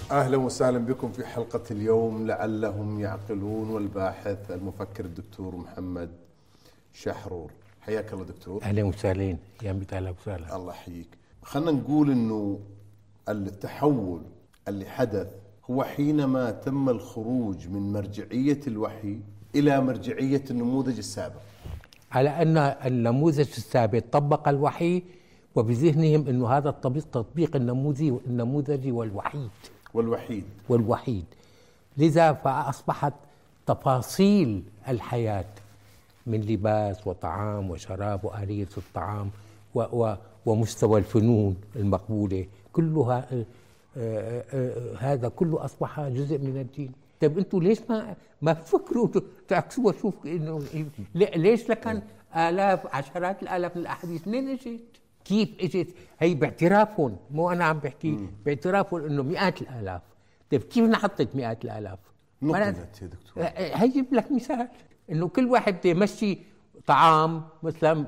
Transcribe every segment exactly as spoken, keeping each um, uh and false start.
أهلا وسهلا بكم في حلقة اليوم لعلهم يعقلون، والباحث المفكر الدكتور محمد شحرور. حياك الله دكتور. أهلا وسهلا يا ميت أهلا وسهلا. الله يحييك. خلنا نقول إنه التحول اللي حدث هو حينما تم الخروج من مرجعية الوحي إلى مرجعية النموذج السابق، على أن النموذج السابق طبق الوحي وبذهنهم أنه هذا التطبيق تطبيق النموذجي النموذجي والوحيد والوحيد والوحيد لذا فأصبحت تفاصيل الحياة من لباس وطعام وشراب وآلية الطعام و و ومستوى الفنون المقبولة كلها آآ آآ هذا كله أصبح جزء من الدين. طيب أنتم ليش ما ما فكروا تعكسوا وشوف إنه ليش لكن آلاف عشرات الآلاف من الأحاديث منين إجت؟ كيف إجت؟ هي باعترافهم، مو أنا عم بحكي، باعترافهم إنه مئات الآلاف. طيب كيف نحطت مئات الآلاف؟ نقلت يا دكتور. هجيب لك مثال إنه كل واحد بده يمشي طعام مثلا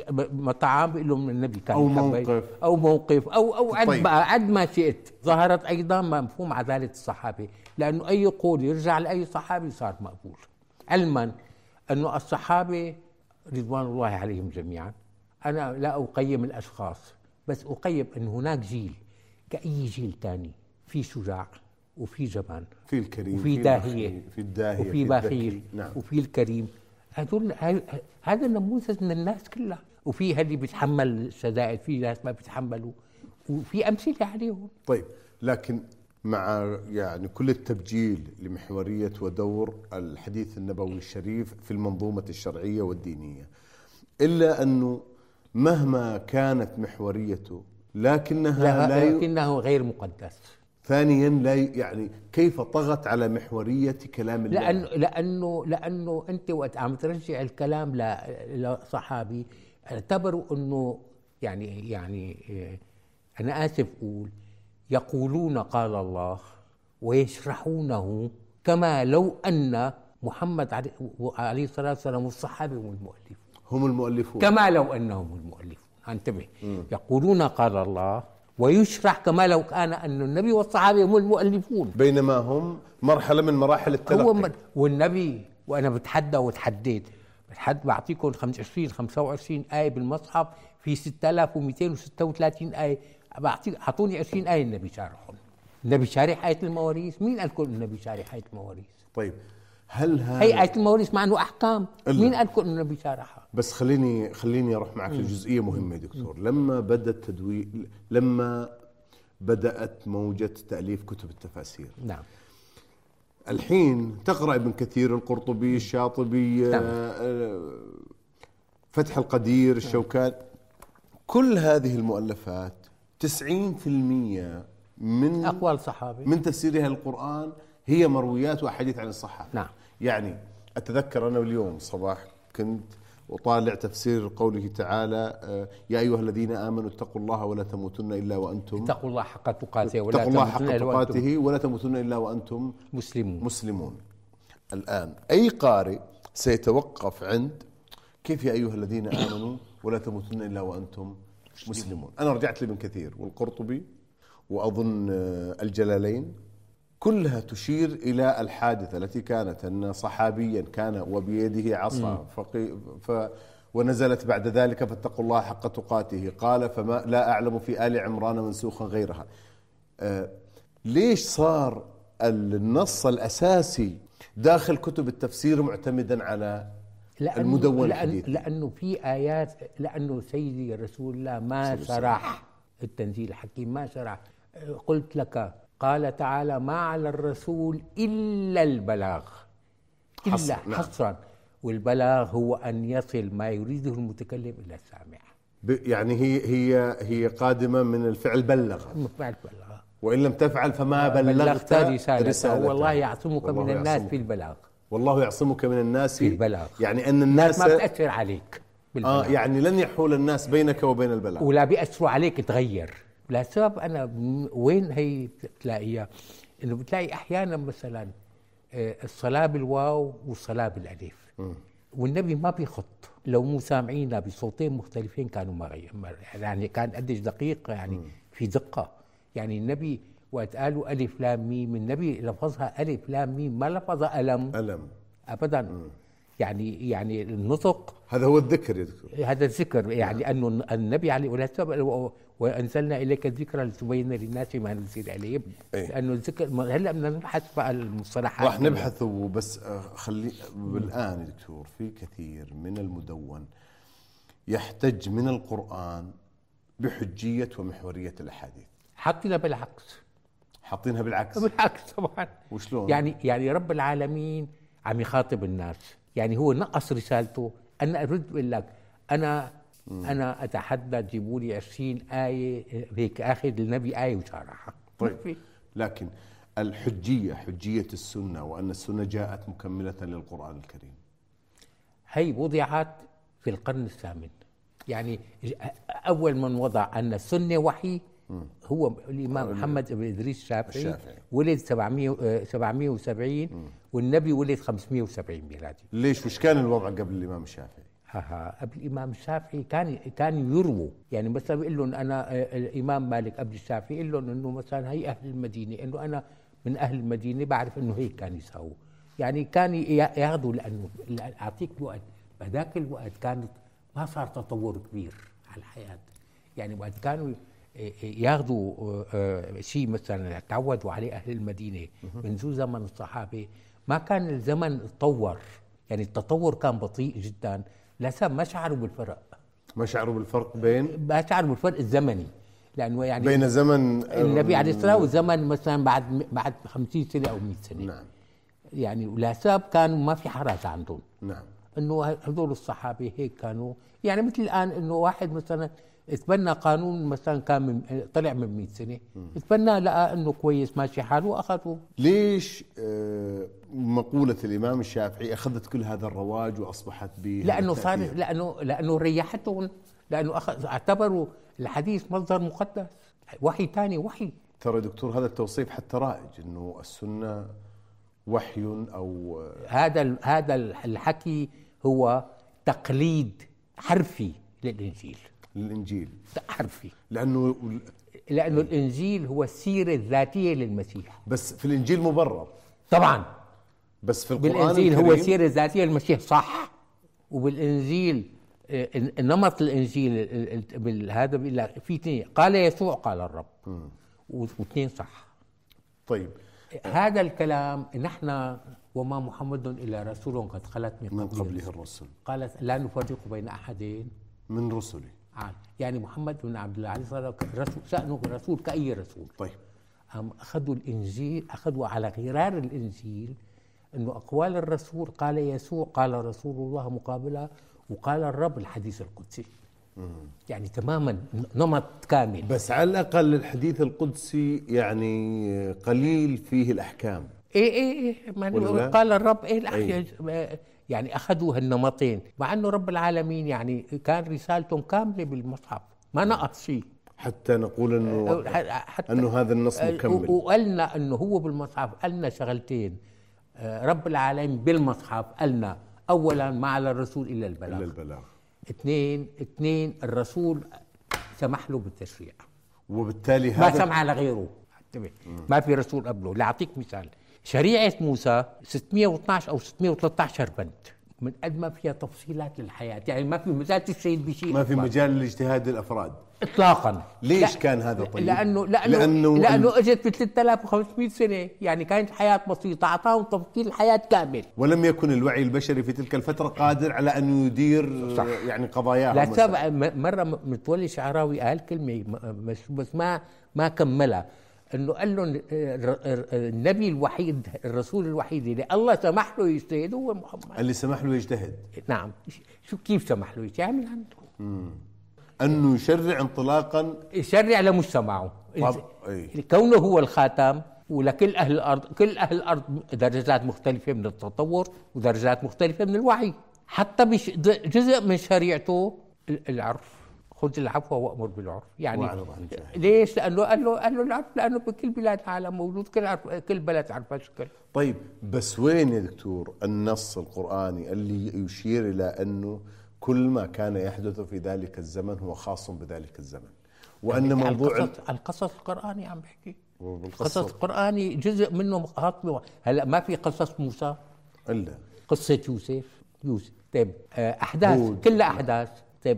طعام بيقول له من النبي كان أو موقف أو موقف أو أو عد طيب. بقى عد ما شئت. ظهرت أيضا مفهوم عدالة الصحابة، لأنه أي قول يرجع لأي صحابي صار مقبول، علما أنه الصحابة رضوان الله عليهم جميعا، أنا لا أقيم الأشخاص بس أقيم أن هناك جيل كأي جيل تاني في شجاع وفي جبان، في الكريم وفي داهية في الداهية وفي بخيل، نعم. وفي الكريم. هذول هذا النموذج من الناس كلها، وفي اللي بيتحمل الشدائد، في ناس ما بيتحملوا، وفي أمثلة عليهم. طيب، لكن مع يعني كل التبجيل لمحورية ودور الحديث النبوي الشريف في المنظومة الشرعية والدينية، إلا أنه مهما كانت محوريته لكنها لا, لا لكنه غير مقدس. ثانيا لا يعني كيف طغت على محورية كلام الله؟ لأنه لأنه لأنه أنت وقت عم ترجع الكلام لصحابي اعتبروا أنه يعني يعني أنا آسف أقول يقولون قال الله ويشرحونه كما لو أن محمد عليه الصلاة والسلام والصحابة هم المؤلفون هم المؤلفون كما لو أنهم المؤلفون. انتبه، يقولون قال الله ويشرح كما لو كان أن النبي والصحابة هم المؤلفون، بينما هم مرحلة من مراحل التلقي. والنبي، وأنا بتحدى وتحديت بتحدى بعطيكم خمسة وعشرين خمسة وعشرين آية بالمصحف في ستة آلاف ومئتين وستة وثلاثين آية، بعطيك أعطوني عشرين آية النبي شارحهم. النبي شارح آية المواريث؟ مين قال لكم النبي شارح آية المواريث؟ طيب، هل هذا هي آية المواريث مع أنه أحكام، مين قال لكم النبي شارحها؟ بس خليني خليني أروح معك لجزئية مهمة يا دكتور. لما بدأ التدوين، لما بدأت موجة تأليف كتب التفاسير، نعم، الحين تقرأ ابن كثير، القرطبي، الشاطبي، آه فتح القدير، الشوكاني، كل هذه المؤلفات تسعين بالمئة من أقوال صحابي من تفسيرها للقرآن هي مرويات وأحاديث عن الصحابة. نعم. يعني أتذكر أنا اليوم صباح كنت وطالع تفسير قوله تعالى يا أيها الذين آمنوا اتقوا الله ولا تموتن إلا وأنتم اتقوا الله حق تقاته ولا اتقوا الله حق تموتن إلا تقاته ولا تموتن إلا وأنتم مسلمون. مسلمون. الآن أي قارئ سيتوقف عند كيف يا أيها الذين آمنوا ولا تموتن إلا وأنتم مسلمون. أنا رجعت لابن كثير والقرطبي وأظن الجلالين، كلها تشير إلى الحادثة التي كانت أن صحابيا كان وبيده عصا ف... ونزلت بعد ذلك فاتقوا الله حق تقاته، قال فما لا أعلم في آل عمران منسوخا غيرها. آه ليش صار النص الأساسي داخل كتب التفسير معتمدا على لأنه المدون لأن الحديث؟ لأنه في آيات، لأنه سيدي رسول الله ما شرح التنزيل الحكيم، ما شرح. قلت لك قال تعالى ما على الرسول إلا البلاغ، إلا حصرا, حصرا. نعم. والبلاغ هو أن يصل ما يريده المتكلم إلى السامع. يعني هي هي هي قادمة من الفعل بلغ، فعل بلغ، وإن لم تفعل فما بلغت رسالته. والله يعصمك والله من الناس في البلاغ. والله يعصمك من الناس في البلاغ، يعني أن الناس ما بتأثر عليك بالبلاغ. آه يعني لن يحول الناس بينك وبين البلاغ، ولا بيأثروا عليك تغير. لا سبب أنا وين هي بتلاقيها؟ إنه بتلاقي أحيانا مثلا الصلاة بالواو والصلاة بالألف، والنبي ما بيخط. لو مو سامعينها بصوتين مختلفين كانوا ما غير، يعني كان قديش دقيق، يعني في دقة. يعني النبي وقت قالوا ألف لام ميم النبي لفظها ألف لام ميم ما لفظها ألم ألم أبدا. م. يعني يعني النطق هذا هو الذكر يا دكتور، هذا الذكر يعني أنه النبي عليه الصلاة وأنزلنا إليك الذكر لتبين للناس ما نزل عليهم. أي. لأنه الذكر هلا بدنا نبحث بقى المصطلحات راح نبحث بس خلي الآن يا دكتور في كثير من المدون يحتج من القرآن بحجية ومحورية الأحاديث، حاطينها بالعكس حاطينها بالعكس بالعكس طبعا. وشلون؟ يعني يعني رب العالمين عم يخاطب الناس، يعني هو نقص رسالته. أنا أرد أقول لك أنا م. أنا أتحدى جيبوا لي عشرين آية هيك آخذ النبي آية وشرحها. طيب لكن الحجية حجية السنة وأن السنة جاءت مكملة للقرآن الكريم هي وضعت في القرن الثامن. يعني أول من وضع أن السنة وحي هو الإمام محمد بن إدريس الشافعي, الشافعي. ولد سبعمائة وسبعين م. والنبي ولد خمسمائة وسبعين ميلادي. ليش وش كان الوضع قبل الإمام الشافعي؟ ها قبل الإمام الشافعي كان كان يرووا، يعني مثلا بيقول لهم أنا الإمام مالك قبل الشافعي يقول لهم إنه مثلا هي أهل المدينة، إنه أنا من أهل المدينة بعرف إنه هيك كان يساووا. يعني كان ياخذوا لأنه أعطيك وقت بذاك الوقت كانت ما صار تطور كبير على الحياة. يعني وقت كانوا ياخذوا شيء مثلا تعودوا عليه أهل المدينة منذ زمن الصحابة ما كان الزمن تطور، يعني التطور كان بطيء جدا. لسه ما شعروا بالفرق ما شعروا بالفرق بين ما شعروا بالفرق الزمني، لأنه يعني بين زمن النبي عليه الصلاة والسلام وزمن مثلا بعد بعد خمسين سنة أو مئة سنة. نعم. يعني ولسه كانوا ما في حراسة عندهم. نعم. إنه هذول الصحابة هيك كانوا، يعني مثل الآن إنه واحد مثلا اتبنى قانون مثلا كان من طلع من مئة سنة اتبنى لقى انه كويس ماشي حاله واخذوه. ليش آه مقولة الإمام الشافعي أخذت كل هذا الرواج وأصبحت به؟ لأنه صار لأنه لأنه ريحتهم، لأنه أخذ اعتبروا الحديث مصدر مقدس، وحي ثاني وحي. ترى دكتور هذا التوصيف حتى رائج، إنه السنة وحي أو هذا هذا الحكي هو تقليد حرفي للإنجيل. الإنجيل حرفي لأنه لأنه الإنجيل هو السيرة الذاتية للمسيح. بس في الإنجيل مبرر طبعا، بس في القرآن بالإنجيل الكريم هو السيرة الذاتية للمسيح صح. وبالإنجيل نمط الإنجيل هذا في اثنين، قال يسوع قال الرب، واثنين صح. طيب هذا الكلام نحن وما محمد إلا رسول قد خلت من, من قبله الرسل، قالت لا نفرق بين أحد من رسله. يعني محمد بن عبد الله عليه الصلاة والسلام رسول، شأنه رسول كأي رسول. طيب هم أخذوا الإنجيل، أخذوا على غرار الإنجيل إنه أقوال الرسول قال يسوع قال رسول الله مقابلة وقال الرب الحديث القدسي. مم. يعني تماما نمط كامل. بس على الأقل الحديث القدسي يعني قليل فيه الأحكام. إيه إيه إيه قال الرب إيه الأحكام. إيه؟ يعني أخذوا هالنمطين، مع أنه رب العالمين يعني كان رسالتهم كاملة بالمصحف ما نقص شيء، حتى نقول أنه حتى أنه هذا النص مكمل. وقالنا أنه هو بالمصحف قالنا شغلتين. رب العالمين بالمصحف قالنا أولا ما على الرسول إلا البلاغ، إلا البلاغ. اثنين اثنين الرسول سمح له بالتشريع، وبالتالي ما سمح لغيره. ما في رسول قبله. لأعطيك مثال، شريعة موسى ستمائة واثناشر أو ستمائة وثلاثة عشر بند، من قد ما فيها تفصيلات للحياة، يعني ما في مجال تجتهد بشيء، ما في مجال لاجتهاد الأفراد إطلاقا. ليش كان هذا طيب؟ لأنه لأنه لأنه, لأنه أجت في ثلاثة آلاف وخمسمائة سنة، يعني كانت حياة بسيطة، أعطاهم تفصيل الحياة كامل. ولم يكن الوعي البشري في تلك الفترة قادر على أن يدير صح. يعني قضاياهم. لا سبق مرة متولي شعراوي قال كلمة بس ما ما كملها، انه قال له النبي الوحيد الرسول الوحيد اللي الله سمح له يجتهد هو محمد. اللي سمح له يجتهد. نعم. شو كيف سمح له يعمل عنده؟ امم انه يشرع انطلاقا، يشرع لمجتمعه. أي. كونه هو الخاتم، ولكل اهل الارض، كل اهل الارض درجات مختلفه من التطور ودرجات مختلفه من الوعي. حتى جزء من شريعته العرف، خذ العفو وأمر بالعرف. يعني ليش؟ لأنه قال له قال له العرف لأنه بكل بلاد العالم موجود، كل عرف كل بلد عرفها شكل. طيب بس وين يا دكتور النص القرآني اللي يشير إلى أنه كل ما كان يحدث في ذلك الزمن هو خاص بذلك الزمن، وأن يعني موضوع القصص, القصص القرآني عم بحكي قصص قرآني جزء منه خاطبه. هلا ما في قصص موسى الا قصة يوسف يوسف طيب احداث هود. كلها احداث. طيب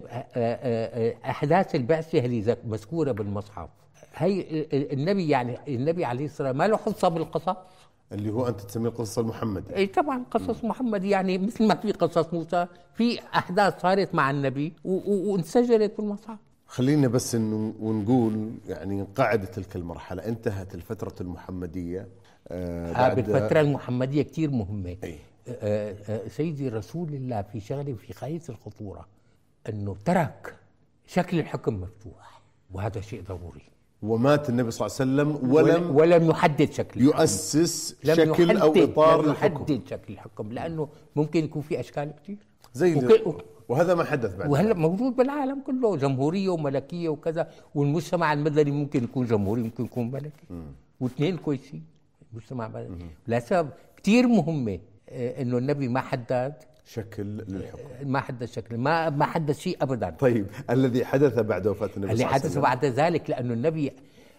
احداث البعثة اللي مذكورة بالمصحف هي النبي يعني النبي عليه الصلاة والسلام ما له حصة بالقصص اللي هو انت تسميه القصص المحمدية. اي طبعا قصص محمد، يعني مثل ما في قصص موسى في احداث صارت مع النبي وانسجلت بالمصحف. خلينا بس انه ونقول يعني قاعدة تلك المرحلة انتهت الفترة المحمدية. آه بعد الفترة المحمدية كتير مهمة. أي. آه آه سيدي رسول الله في شغله في غاية الخطورة، انه ترك شكل الحكم مفتوح، وهذا شيء ضروري. ومات النبي صلى الله عليه وسلم ولم ولم يحدد شكل يؤسس شكل او اطار لم يحدد شكل الحكم، لانه ممكن يكون في اشكال كثير زي وكي... وهذا ما حدث بعد، وهلا موجود بالعالم كله جمهوريه وملكيه وكذا، والمجتمع المدني ممكن يكون جمهوري ممكن يكون ملكي، واثنين كويسين. المجتمع المدني لسبب كثير مهمه انه النبي ما حدد شكل للحكم، ما حدد شكل، ما ما حدد شيء ابدا. طيب الذي حدث بعد وفاه النبي اللي حدث بعد ذلك، لانه النبي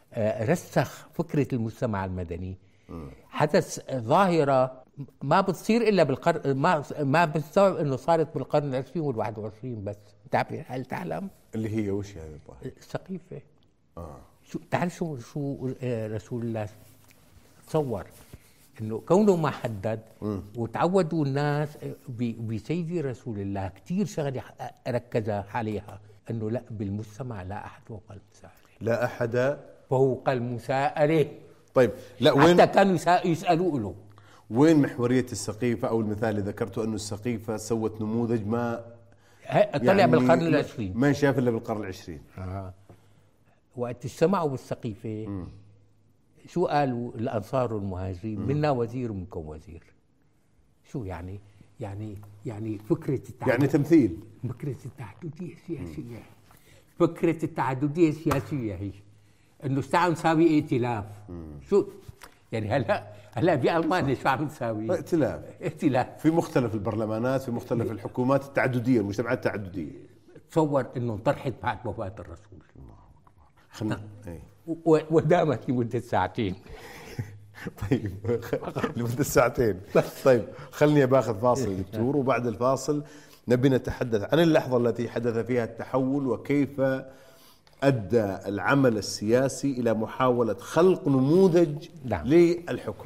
رسخ فكره المجتمع المدني. حدث ظاهره ما بتصير الا بالقرن، ما ما بتستوعب انه صارت بالقرن العشرين والواحد وعشرين بس. هل تعلم اللي هي وش هذه الظاهره؟ السقيفه. اه شو تعرف شو شو رسول الله تصور انه كونه ما حدد م. وتعودوا الناس بسيدي رسول الله كثير شغله ركز عليها، انه لا بالمجتمع لا احد فوق المساءله، لا احد فوق المساءله. طيب لا وين حتى كانوا يسالوا له وين محوريه السقيفه، او المثال اللي ذكرته انه السقيفه سوت نموذج ما طلع يعني بالقرن العشرين، ما شاف الا بالقرن العشرين. آه. وقت اجتمعوا بالسقيفه م. شو قالوا الأنصار والمهاجرين؟ منا وزير ومنكم وزير. شو يعني؟ يعني يعني فكرة التعدد، يعني تمثيل فكرة التعددية السياسية. فكرة التعددية السياسية هي إنه تعالوا نساوي ائتلاف. شو يعني هلا هلا بألمانيا شو عم نساوي؟ ائتلاف ائتلاف في مختلف البرلمانات، في مختلف الحكومات التعددية، المجتمعات التعددية. تصور إنه انطرحت بعد وفاة الرسول. خلنا ايه ودامت لمدة ساعتين. طيب لمدة ساعتين. طيب خلني باخذ فاصل دكتور، وبعد الفاصل نبي نتحدث عن اللحظة التي حدث فيها التحول، وكيف أدى العمل السياسي إلى محاولة خلق نموذج نعم. للحكم.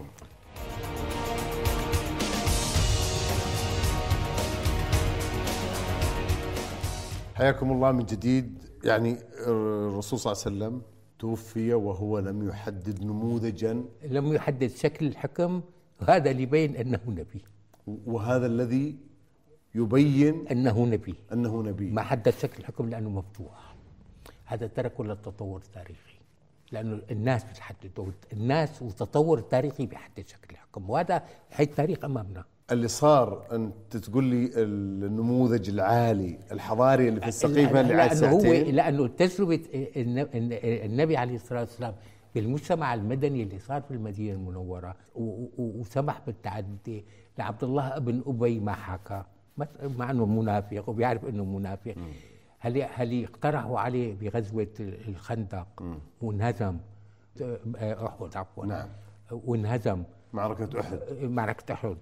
حياكم الله من جديد. يعني الرسول صلى الله عليه وسلم توفي وهو لم يحدد نموذجا، لم يحدد شكل الحكم، وهذا اللي يبين أنه نبي، وهذا الذي يبين أنه نبي أنه نبي ما حدد شكل الحكم لأنه مفتوح. هذا تركه للتطور التاريخي، لأنه الناس بتحدد، الناس والتطور التاريخي بيحدد شكل الحكم، وهذا هي التاريخ أمامنا. اللي صار أنت تقول لي النموذج العالي الحضاري اللي في السقيفة اللي عاد ساعتين، لأنه تجربة النبي عليه الصلاة والسلام بالمجتمع المدني اللي صار في المدينة المنورة وسمح بالتعدد لعبد الله ابن أبي ما حكى، مع أنه منافق وبيعرف أنه منافق. هل هل اقترحوا عليه بغزوة الخندق وانهزم، أحد عفوا نعم، وانهزم معركة أحد معركة أحد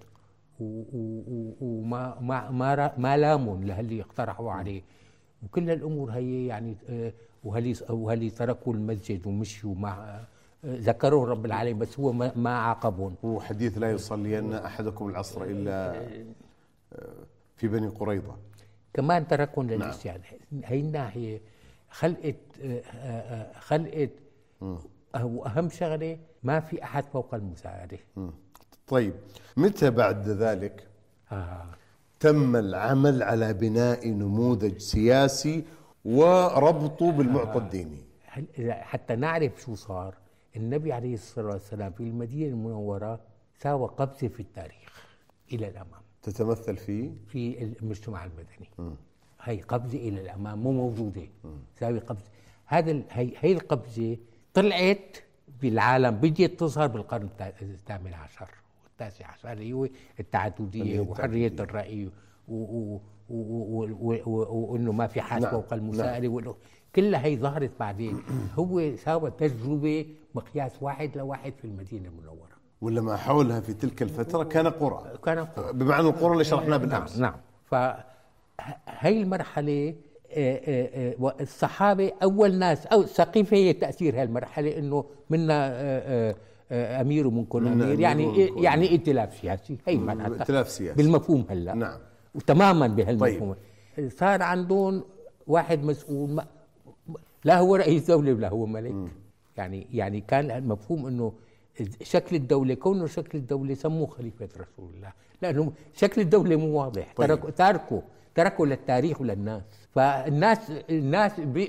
وما ما ما ما لامون لهاللي اقترحوا عليه، وكل الامور هي يعني وهلي وهلي تركوا المسجد ومشوا مع ذكروه رب العالمين، بس هو ما, ما عاقبهم. هو حديث لا يصلين احدكم العصر الا في بني قريظه، كمان تركهم للعصيان. هي الناحيه خلقت خلقت واهم شغله ما في احد فوق المساعده. طيب متى بعد ذلك آه. تم العمل على بناء نموذج سياسي وربطه بالمعطى الديني؟ آه. حتى نعرف شو صار، النبي عليه الصلاة والسلام في المدينة المنورة ساوى قفزة في التاريخ إلى الأمام، تتمثل في في المجتمع المدني. م. هي قفزة إلى الأمام مو موجودة، ساوي قفزة. هذا هي هي القفزة طلعت بالعالم، بديت تظهر بالقرن الثامن عشر والتاسع عشر، اللي هو التعددية وحرية الرأي وانه ما في حاجة فوق المسائلة. كلها هي ظهرت بعدين. هو سوى تجربة مقياس واحد لواحد في المدينة المنورة، ولا ما حولها في تلك الفترة كان قرى، كان قرى بمعنى القرى اللي شرحناه بالأمس. نعم, نعم. فهي المرحلة الصحابة أول ناس أو سقيفة هي تأثير هالمرحلة، إنه منا أمير ومنكم أمير، يعني يعني ائتلاف سياسي. هي معناتها ائتلاف سياسي بالمفهوم هلا. نعم. وتماما بهالمفهوم. طيب. صار عندهم واحد مسؤول، ما لا هو رئيس دولة ولا هو ملك. م. يعني يعني كان المفهوم انه شكل الدولة، كونه شكل الدولة سموه خليفة رسول الله، لانه شكل الدولة مو واضح. طيب. تركوا تركوا تركوا للتاريخ وللناس. فالناس الناس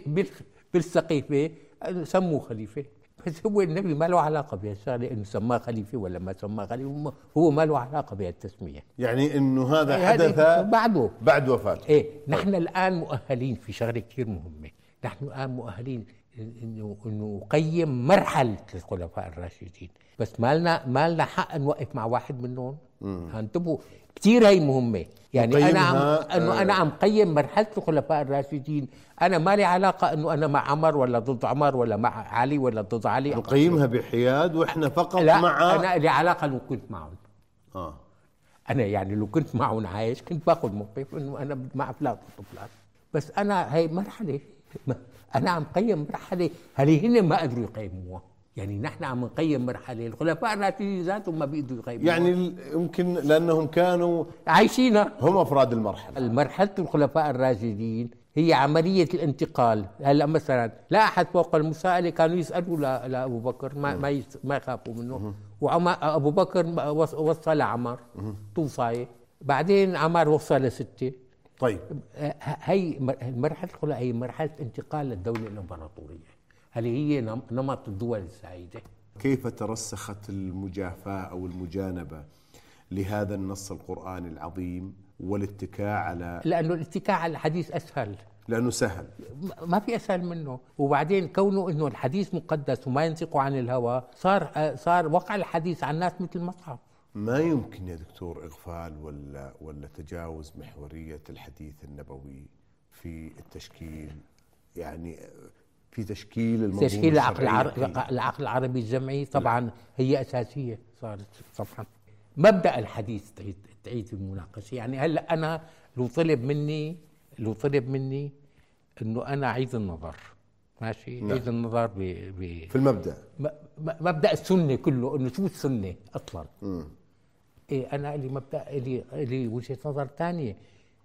بالسقيفة سموه خليفة، بس هو النبي ما له علاقة بهالشغلة انه سماه خليفة ولا ما سماه خليفة، هو ما له علاقة بهالتسمية. يعني انه هذا حدث بعده بعد وفاته. ايه. نحن طيب. الان مؤهلين في شغلة كثير مهمة، نحن الان مؤهلين انه انه نقيم مرحلة الخلفاء الراشدين، بس ما لنا ما لنا حق نوقف مع واحد منهم. انتبهوا كثير، هي مهمة. يعني انا عم انه انا عم قيم مرحلة الخلفاء الراشدين، انا ما لي علاقة انه انا مع عمر ولا ضد عمر ولا مع علي ولا ضد علي. نقيمها بحياد واحنا فقط لا مع انا لي علاقة لو كنت معهم. اه انا يعني لو كنت معهم عايش كنت باخذ موقف انه انا مع فلان ضد فلان، بس انا هي مرحلة انا عم قيم مرحلة هل هن ما قدروا يقيموها. يعني نحن عم نقيم مرحلة الخلفاء الراشدين ذاتهم ما بيقدروا يقيموها، يعني يمكن لانهم كانوا عايشينها، هم افراد المرحلة. المرحلة الخلفاء الراشدين هي عملية الانتقال. هلا مثلا لا احد فوق المساءلة، كانوا يسألوا لأبو بكر ما ما ما يخافوا منه، وأبو بكر وصل لعمر توصاية، بعدين عمر وصل لستة. طيب هي المرحلة الخلفاء هي مرحلة انتقال للدولة الإمبراطورية، هل هي نمط الدول السعيدة. كيف ترسخت المجافاة أو المجانبة لهذا النص القرآني العظيم والاتكاء على، لأنه الاتكاء على الحديث أسهل، لأنه سهل، ما في أسهل منه. وبعدين كونه إنه الحديث مقدس وما ينطق عن الهوى، صار صار وقع الحديث عن الناس مثل المصحف. ما يمكن يا دكتور إغفال ولا ولا تجاوز محورية الحديث النبوي في التشكيل، يعني في تشكيل المنظومة تشكيل العقل العربي العقل العربي الجمعي طبعا. لا. هي أساسية صارت طبعا. مبدأ الحديث تعيد تعيد المناقشة. يعني هلا أنا لو طلب مني لو طلب مني إنه أنا أعيد النظر، ماشي. نعم. أعيد النظر ب ب في المبدأ م مبدأ السنة كله، إنه شو السنة أصلا. م. إيه أنا لي مبدأ لي لي وجهة نظر ثانية.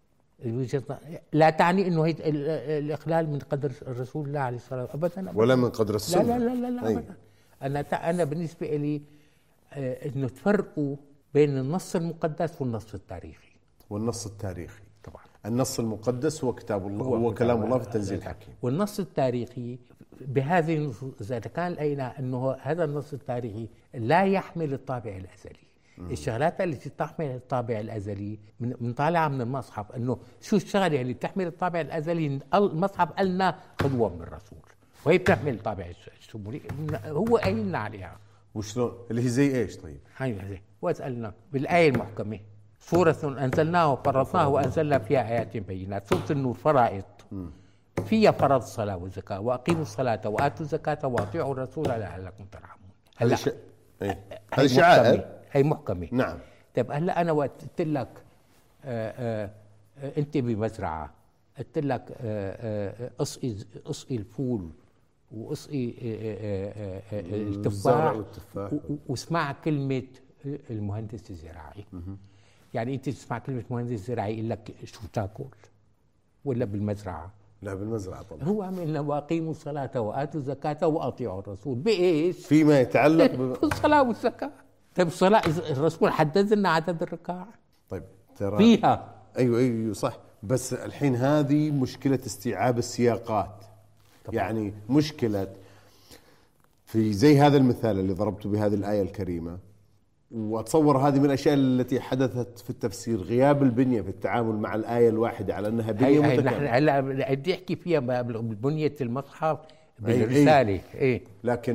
لا تعني انه هي الاخلال من قدر الرسول الله عليه الصلاه والسلام ابدا, أبداً. ولا من قدر السنه. لا لا لا, لا أي. ابدا. انا انا بالنسبه لي انه تفرقوا بين النص المقدس والنص التاريخي. والنص التاريخي طبعا النص المقدس هو كتاب الله، هو, هو كلام الله في التنزيل الحكيم. والنص التاريخي بهذه النصوص اذا كان لقينا انه هذا النص التاريخي لا يحمل الطابع الازلي. الشغلات التي تحمل الطابع الازلي من طالعه من المصحف، انه شو الشغله اللي بتحمل الطابع الازلي. المصحف قالنا قدوه من الرسول، وهي بتحمل الطابع الشمولي، هو قايلنا عليها. وشلون اللي هي زي ايش؟ طيب هي زي واسالنا بالايه المحكمه سوره انزلناها وفرضناها وانزلنا فيها ايات بينات. سوره النور فرائض فيها فرض الصلاه والزكاه، واقيموا الصلاه واتوا الزكاه واطيعوا الرسول لعلكم ترحمون. هلا ش... ايه هذه شعائر، هي محكمة. نعم. طيب هلا أنا وقت قلت لك آآ آآ أنت بمزرعة، قلت لك اسقي اسقي الفول واسقي التفاح واسمع كلمة المهندس الزراعي. يعني أنت تسمع كلمة مهندس زراعي يقول لك شو تاكل ولا بالمزرعة؟ لا بالمزرعة طبعا. هو عم يقول لنا واقيموا الصلاة وآتوا الزكاة وأطيعوا الرسول. بإيش؟ فيما يتعلق بالصلاة والزكاة. طيب الصلاة الرسول حدد لنا عدد الركع. طيب ترى فيها ايوه ايوه صح، بس الحين هذه مشكلة استيعاب السياقات. طبعا. يعني مشكلة في زي هذا المثال اللي ضربته بهذه الآية الكريمة، واتصور هذه من الاشياء التي حدثت في التفسير، غياب البنية في التعامل مع الآية الواحدة على انها بنية متكاملة. هلا بدي احكي فيها ببنية المصحف بالرسالة. ايه لكن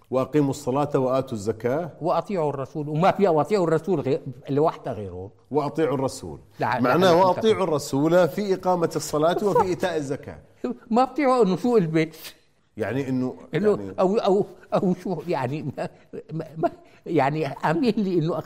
وأقيموا الصلاة وآتوا الزكاة واطيعوا الرسول، وما في واطيعوا الرسول غير لوحده غيره. وأطيعوا الرسول لا معناه لا وأطيعوا الرسول في إقامة الصلاة وفي إيتاء الزكاة. ما بطيعوا انه سوق البيت، يعني انه انه يعني او او او شو يعني ما ما يعني عامل لي انه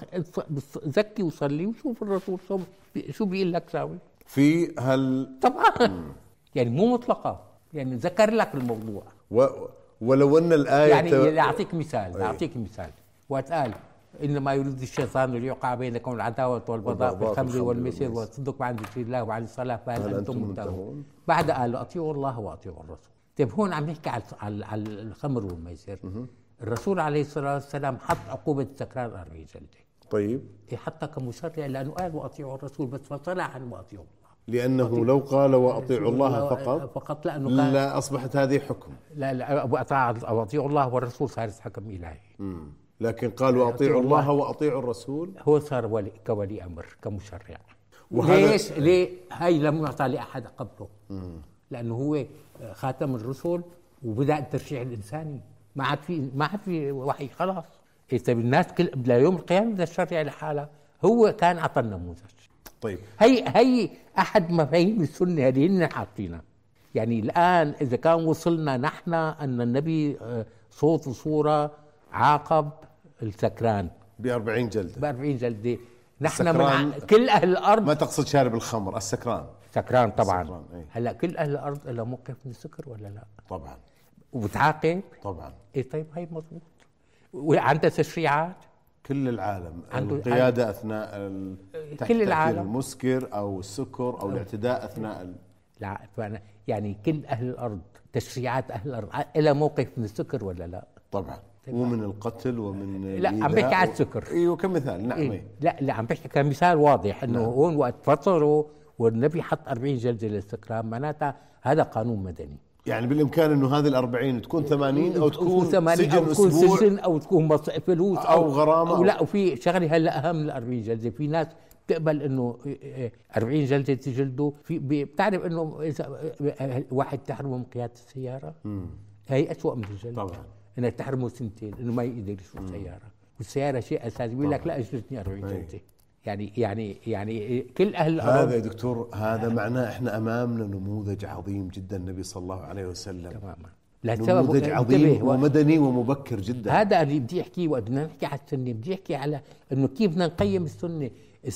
زكي وصلي وشوف الرسول شو شو بيقول لك ساوي في هل طبعا مم. يعني مو مطلقه، يعني ذكر لك الموضوع. و ولو ان الايه يعني اعطيك مثال اعطيك مثال وقت قال انما يريد الشيطان ليوقع بينكم العداوه والبغضاء في الخمر والميسر وتصدقوا عن ذكر الله وعن الصلاه فهل انتم منتهون؟ بعد قال اطيعوا الله واطيعوا الرسول. طيب هون عم نحكي على على الخمر والميسر. الرسول عليه الصلاه والسلام حط عقوبه السكران أربعين جلده. طيب حطها كمشرع لانه قال واطيعوا الرسول، بس فطلع عن واطيعوا الله. لانه لو قال واطيعوا الله فقط فقط لانه قال لا اصبحت هذه حكم. لا لا واطيعوا الله والرسول صارت حكم الهي. امم لكن قال واطيعوا الله واطيعوا الرسول هو صار ولي كولي امر كمشرع. ليش؟ ليه؟ هاي لم يعطى لاحد قبله. مم. لانه هو خاتم الرسل وبدا التشريع الانساني، ما عاد في ما عاد في وحي خلاص. طيب الناس كل ليوم القيامه بدها تشرع لحالها، هو كان اعطى النموذج. طيب هي هي احد مفاهيم السنه هذه هن حاطينها. يعني الان اذا كان وصلنا نحن ان النبي صوت وصوره عاقب السكران ب أربعين جلده ب أربعين جلده، نحن من كل اهل الارض. ما تقصد شارب الخمر، السكران سكران طبعا. السكران. هلا كل اهل الارض لها موقف من السكر ولا لا؟ طبعا. وبتعاقب طبعا. ايه طيب هي مضبوط. وعنده تشريعات كل العالم، القياده اثناء كل العالم المسكر او السكر او الاعتداء اثناء ال... لا فأنا يعني كل اهل الارض تشريعات اهل الارض لها موقف من السكر ولا لا؟ طبعا. ومن القتل ومن لا عم بحكي على السكر. ايوه كمثال. نعم. إيه؟ لا لا عم بحكي كمثال واضح انه نعم. هون وقت فطروا والنبي حط أربعين جلده للسكران، معناتها هذا قانون مدني. يعني بالامكان انه هذه الأربعين تكون ثمانين او تكون ثمانين سجن او تكون اسبوع سجن او تكون فلوس او, أو غرامه أو لا. وفي شغله هلا اهم من الأربعين جلده، في ناس بتقبل انه أربعين جلده تجلده. في بتعرف انه اذا واحد تحرمه من قياده السياره مم. هي اسوء من الجلد طبعا، انك تحرمه سنتين انه ما يقدر يسوق سياره، والسياره شيء اساسي. بيقول لك لا اجلدني أربعين جلده. يعني يعني يعني كل اهل الارض. هذا يا دكتور هذا معناه احنا امامنا نموذج عظيم جدا النبي صلى الله عليه وسلم. تماما. نموذج عظيم ومدني ومبكر جدا. هذا اللي بدي احكيه وقت بدنا نحكي على السنه، بدي احكي على انه كيف بدنا نقيم السنه.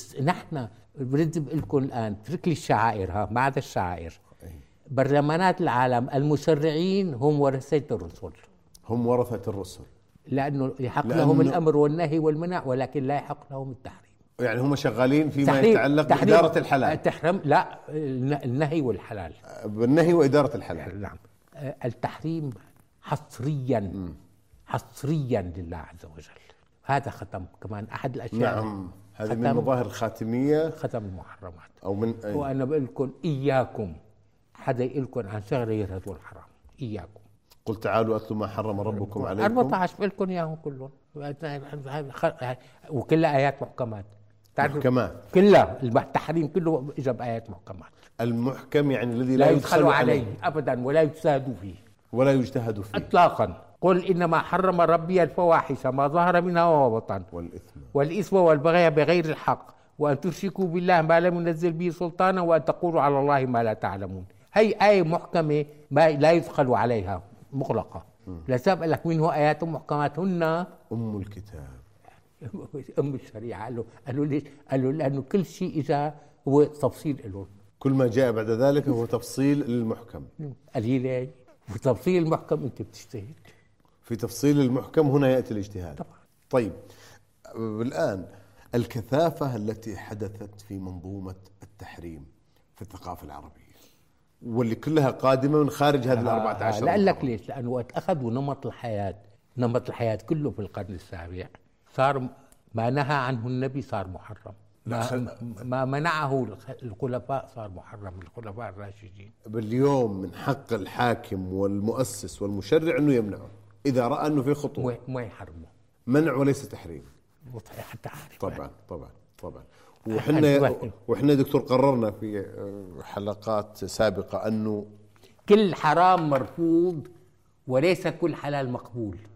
نحن برد بقول لكم الان اترك لي الشعائر، ها ما عدا الشعائر. برلمانات العالم المشرعين هم ورثة الرسل، هم ورثة الرسل، لانه يحق لهم الامر والنهي والمنع ولكن لا يحق لهم التحريم. يعني هم شغالين فيما يتعلق بإدارة الحلال. تحريم لا النهي والحلال. بالنهي وإدارة الحلال. نعم. التحريم حصريا م. حصريا لله عز وجل. هذا ختم كمان أحد الأشياء. نعم هذه من مظاهر الخاتمية، ختم المحرمات. أو من أي. وأنا بقول لكم إياكم حدا يقول لكم عن شغلة يرهدوا الحرام، إياكم. قل تعالوا أتلوا ما حرم ربكم عليكم. أربعة عشر بقول لكم إياهم كلهم، وكلها آيات محكمات. محكمات كلها، التحريم كله اجى بايات محكمات. المحكم يعني الذي لا, لا يدخل عليه ابدا ولا يجتهد فيه ولا يجتهد فيه اطلاقا. قل انما حرم ربي الفواحش ما ظهر منها وما بطن والاثم والاثم والبغي بغير الحق وان تشركوا بالله ما لم ينزل به سلطانا وان تقولوا على الله ما لا تعلمون. هي آية محكمة ما لا يدخل عليها، مغلقة. لسبب لك منه آيات محكمات هن أم الكتاب أم الشريعة. قالوا قالوا ليش؟ قالوا لأنه كل شيء إجا هو تفصيل له، كل ما جاء بعد ذلك هو تفصيل للمحكم. قليل وتفصيل المحكم أنت بتجتهد في تفصيل المحكم، هنا يأتي الاجتهاد طبعا. طيب الآن الكثافة التي حدثت في منظومة التحريم في الثقافة العربية واللي كلها قادمة من خارج هذه الأربعة عشر. لا لك ليش؟ لأنه وقت أخذوا نمط الحياة، نمط الحياة كله في القرن السابع صار ما نهى عنه النبي صار محرم، ما, ما منعه الخلفاء صار محرم، الخلفاء الراشدين. باليوم من حق الحاكم والمؤسس والمشرع أنه يمنعه إذا رأى أنه في خطوة، ما يحرمه. منع وليس تحريم. حتى عارف. طبعا طبعا طبعا. وحنا وحنا دكتور قررنا في حلقات سابقة أنه كل حرام مرفوض وليس كل حلال مقبول.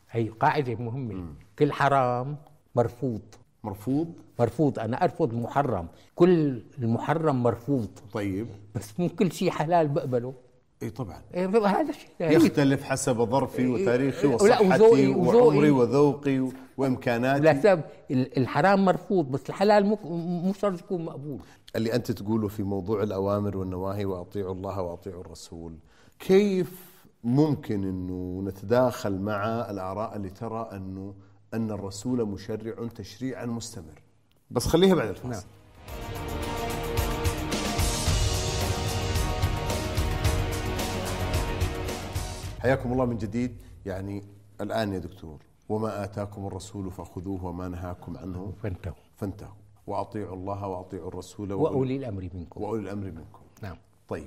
هي قاعدة مهمة. مم. كل حرام مرفوض. مرفوض مرفوض. أنا أرفض محرم، كل المحرم مرفوض. طيب بس مو كل شيء حلال بقبله. اي طبعا. إيه هذا الشيء يختلف حسب ظرفي وتاريخي وصحتي وعمري وذوقي وامكاناتي. لا سبب الحرام مرفوض بس الحلال مو مو شرط يكون مقبول. اللي انت تقوله في موضوع الاوامر والنواهي واطيعوا الله واطيعوا الرسول، كيف ممكن انه نتداخل مع الاراء اللي ترى انه ان الرسول مشرع تشريعا مستمر؟ بس خليها بعد الفاصل. نعم. حياكم الله من جديد. يعني الآن يا دكتور، وما آتاكم الرسول فخذوه وما نهاكم عنه فانتهوا فانتهوا وأطيعوا الله وأطيعوا الرسول وأولي الأمر منكم وأولي الأمر منكم. نعم. طيب،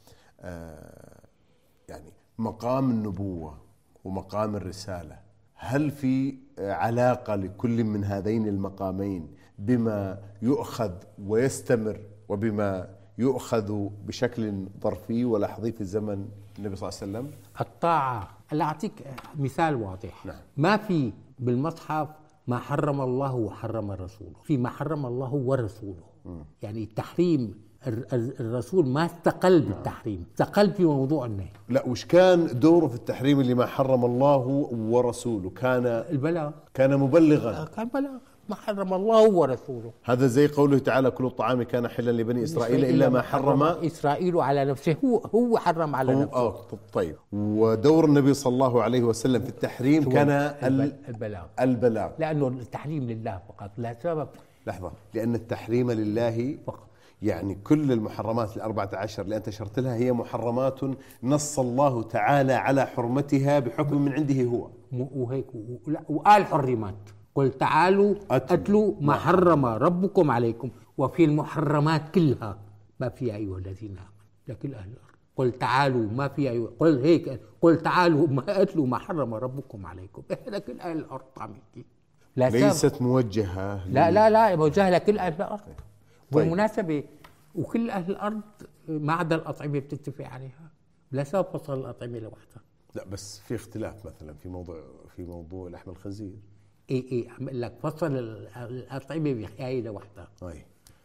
آه يعني مقام النبوة ومقام الرسالة، هل في علاقة لكل من هذين المقامين بما يؤخذ ويستمر وبما يؤخذ بشكل ظرفي ولحظي في الزمن النبي صلى الله عليه وسلم؟ الطاعة. أنا أعطيك مثال واضح. نعم. ما في بالمصحف ما حرم الله وحرم رسوله، في ما حرم الله ورسوله. م. يعني التحريم الرسول ما استقل بالتحريم، استقل في موضوع النهي. لا، وش كان دوره في التحريم اللي ما حرم الله ورسوله؟ كان البلاغ، كان مبلغا، كان بلاغ ما حرم الله ورسوله. هذا زي قوله تعالى: كل الطعام كان حلا لبني إسرائيل إلا ما حرم إسرائيل على نفسه. هو هو حرم على هو نفسه. آه طيب. ودور النبي صلى الله عليه وسلم في التحريم كان البلاغ. البلاغ لأنه التحريم لله فقط، لا سبب. لحظة، لأن التحريم لله فقط. يعني كل المحرمات الأربعة عشر اللي أنت أشرت لها هي محرمات نص الله تعالى على حرمتها بحكم من عنده هو. وهيك وقال حرمات: قل تعالوا أتلوا ما حرم ربكم عليكم. وفي المحرمات كلها ما في أيها الذين آمنوا لكل أهل الأرض. قل تعالوا ما في أيها، قل هيك، قل تعالوا ما أتلوا ما حرم ربكم عليكم. لكل أهل الأرض عميكي. لا ليست موجهة. لا لا لا موجهة لكل أهل الأرض. طيب. بالمناسبة وكل أهل الأرض ما عدا الأطعمة بتتفق عليها، لا سبب فصل الأطعمة لوحدها. لا بس في اختلاف مثلا في موضوع في موضوع لحم الخنزير. اي اي عم لك فصل الأطعمة بحياية لوحدها. اي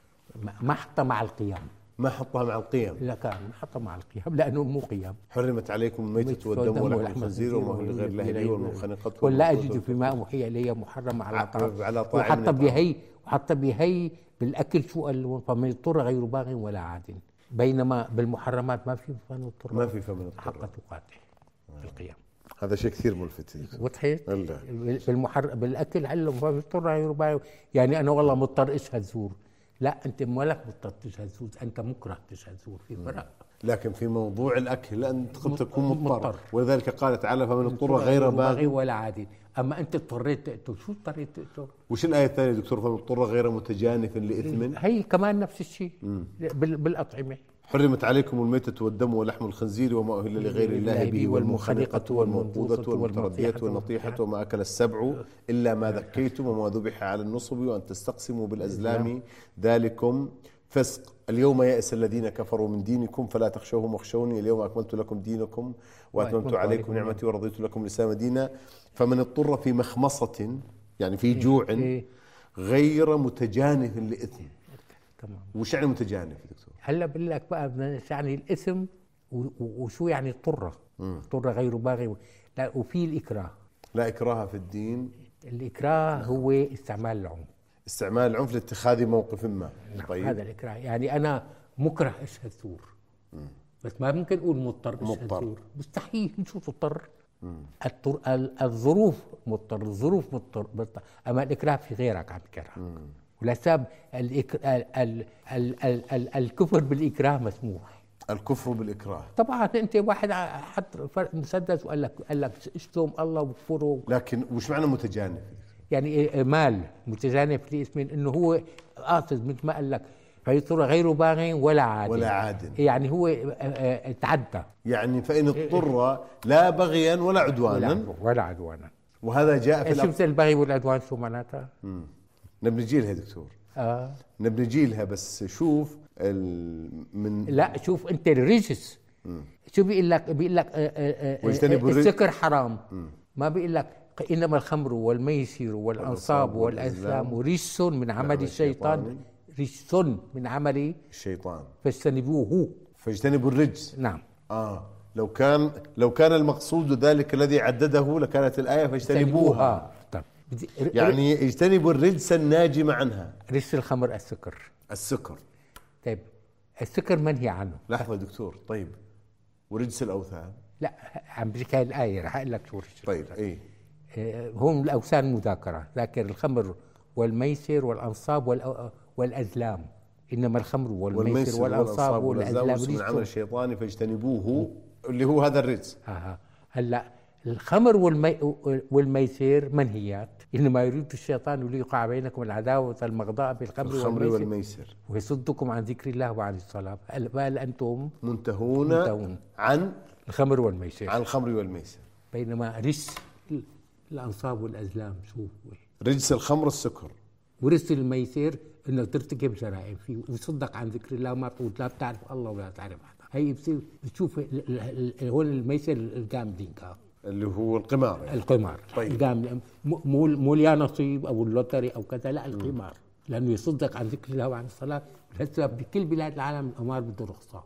ما حطها مع القيام. ما حطها مع القيام. لا كان ما حطها مع القيام لأنه مو قيام. حرمت عليكم الميتة والدم ولحم الخنزير وما هو لغير الله به والمنخنقة ولا أجد فيما أوحي إلي محرم على طعام. وحتى بهي وحتى بهي بالأكل شو قال: فمن اضطر غير باغ ولا عاد. بينما بالمحرمات ما في فمن اضطر، ما في فمن اضطر حق تقاته في القيام. هذا شيء كثير ملفت. وضحت؟ بالمحر بالأكل علم فمن اضطر غير باغ. يعني أنا والله مضطر أشهد زور. لا، أنت مالك مضطر تشهد زور، أنت مكره تشهد زور، في فرق. لكن في موضوع الأكل أنت قد تكون مضطر. مضطر، ولذلك قال تعالى: فمن اضطر غير باغ ولا عاد. أما أنت اضطريت تقتل. شو اضطريت تقتل؟ وش الآية الثانية دكتور؟ فمن اضطر غير متجانف لإثم. هي كمان نفس الشيء بالأطعمة. حرمت عليكم الميتة والدم ولحم الخنزير وما أهل لغير الله به والمنخنقة والموقوذة والمتردية والنطيحة وما أكل السبع إلا ما ذكيتم وما ذبح على النصب وأن تستقسموا بالأزلام ذلكم فسق. اليوم يئس الذين كفروا من دينكم فلا تخشوهم واخشوني اليوم أكملت لكم دينكم وأتممت عليكم نعمتي ورضيت لكم الإسلام دينا. فمن اضطر في مخمصة، يعني في جوع غير متجانف لإثم. تمام. وش يعني متجانف دكتور؟ هلا بقول لك بقى يعني الاسم وشو يعني اضطر. اضطر غير باغي. لا، وفي الإكراه. لا إكراه في الدين. الإكراه هو استعمال العنف. استعمال العنف لاتخاذ موقف ما. طيب. هذا الإكراه. يعني أنا مكره أشهد زور، بس ما ممكن أقول مضطر أشهد زور. مستحيل. شو تضطر؟ الظروف مضطر، الظروف مضطر. أما الإكراه في غيرك عم تكره. ولا سبب الكفر بالإكراه مسموح. الكفر بالإكراه طبعا. أنت واحد حط مسدس وقال لك قال لك اشتم الله وكفره. لكن وش معنى متجانف؟ يعني مال متجانف لاسم انه هو قاصد مثل ما قال لك: فيضطر غير باغ ولا عاد ولا عاد. يعني هو تعدى. يعني فإن اضطر لا بغيا ولا عدوانا ولا عدوانا. وهذا جاء في شفت البغي والعدوان شو معناتها؟ نبي نجيلها دكتور. اه نبي نجيلها. بس شوف من لا شوف انت الرجس. مم. شو بيقول لك؟ بيقول لك السكر حرام. مم. ما بيقول لك إنما الخمر والميسر والأنصاب والأزلام رجس من عمل الشيطان، رجس من عمل الشيطان فاجتنبوه. فاجتنبوا الرجس. نعم. آه لو كان لو كان المقصود ذلك الذي عدده لكانت الآية فاجتنبوها. طيب. يعني اجتنبوا الرجس الناجم عنها. رجس الخمر السكر. السكر. طيب السكر منهي عنه. لحظة دكتور، طيب ورجس الأوثان؟ لا عم بحكي هاي الآية رح أقول لك شو رجس. طيب إيه هم الأوثان مذاكرة، ذاكر الخمر والميسر والأنصاب والأزلام. إنما الخمر والميسر والأنصاب والأزلام رجس من عمل الشيطان فاجتنبوه، اللي هو هذا الرجس. آه. هلا الخمر والمي والميسر منهيات، إنما يريد الشيطان ليوقع بينكم العداوة والبغضاء بالخمر الخمر والميسر, والميسر ويصدكم عن ذكر الله وعن الصلاة، هل أنتم منتهون, منتهون عن الخمر والميسر عن الخمر والميسر. بينما رجس الأنصاب والأزلام شو هو؟ رجس الخمر السكر، ورجس الميسر إنه ترتكب جرائم فيه ويصدق عن ذكر الله، ما تقول لا بتعرف الله ولا تعرف حدا. هي بصير بتشوف هون الميسر الجامبلينج اللي هو القمار يعني. القمار. طيب. مو مو يا نصيب او اللوتري او كذا، لا القمار، لانه يصدق عن ذكر الله وعن الصلاه. لهالسبب بكل بلاد العالم القمار بده رخصه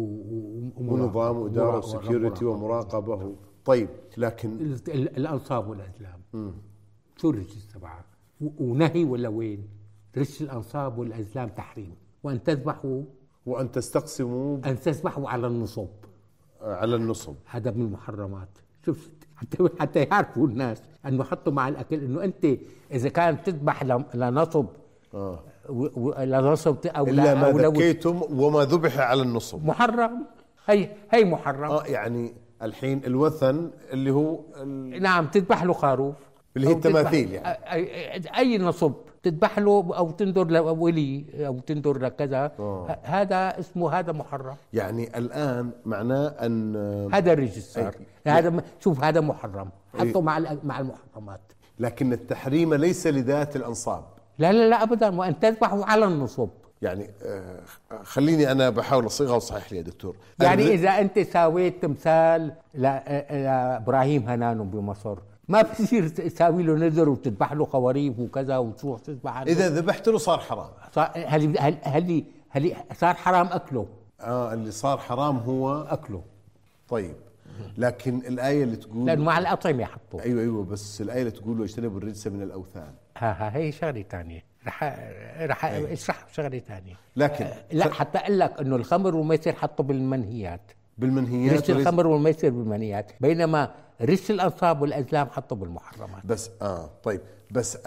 ونظام واداره وسكيورتي ومراقبه. طيب لكن الانصاب والازلام شو الرجس تبعها؟ ونهي ولا وين؟ رجس الانصاب والازلام تحريم، وان تذبحوا وان تستقسموا ان تذبحوا على النصب. على النصب هذا من المحرمات. شفت حتى حتى يعرفوا الناس انه حطوا مع الاكل انه انت اذا كان تذبح لنصب اه لنصب او الا ما ذكيتم وما ذبح على النصب محرم. هي هي محرم. اه يعني الحين الوثن اللي هو ال... نعم تذبح له خروف اللي هي التماثيل يعني اي, أي نصب تذبح له او تنذر لولي او تنذر لكذا، هذا اسمه هذا محرم. يعني الان معناه ان هذا الرجس صار هذا. شوف هذا محرم حطه مع مع المحرمات. لكن التحريم ليس لذات الانصاب. لا لا لا ابدا، وان تذبحوا على النصب. يعني آه خليني انا بحاول اصيغها وصحح لي يا دكتور. يعني اذا انت ساويت تمثال لابراهيم هنانو بمصر ما بصير تساوي له نذر وتذبح له خواريف وكذا وتروح تذبح عنه. اذا ذبحت له صار حرام. صار هل هل هل, هل صار حرام اكله. اه اللي صار حرام هو اكله. طيب لكن الايه اللي تقول لانه مع الاطعمه يحطوا. ايوه ايوه بس الايه اللي تقول واجتنبوا الرجس من الاوثان. ها ها هي شغله ثانيه رح رح اشرح شغله ثانيه. لكن آه لا حتى اقول لك انه الخمر والميسر حطوا بالمنهيات. بالمنهيات رجس الخمر والميسر بالمنهيات، بينما رجس الانصاب والازلام حطوا بالمحرمات. بس اه طيب بس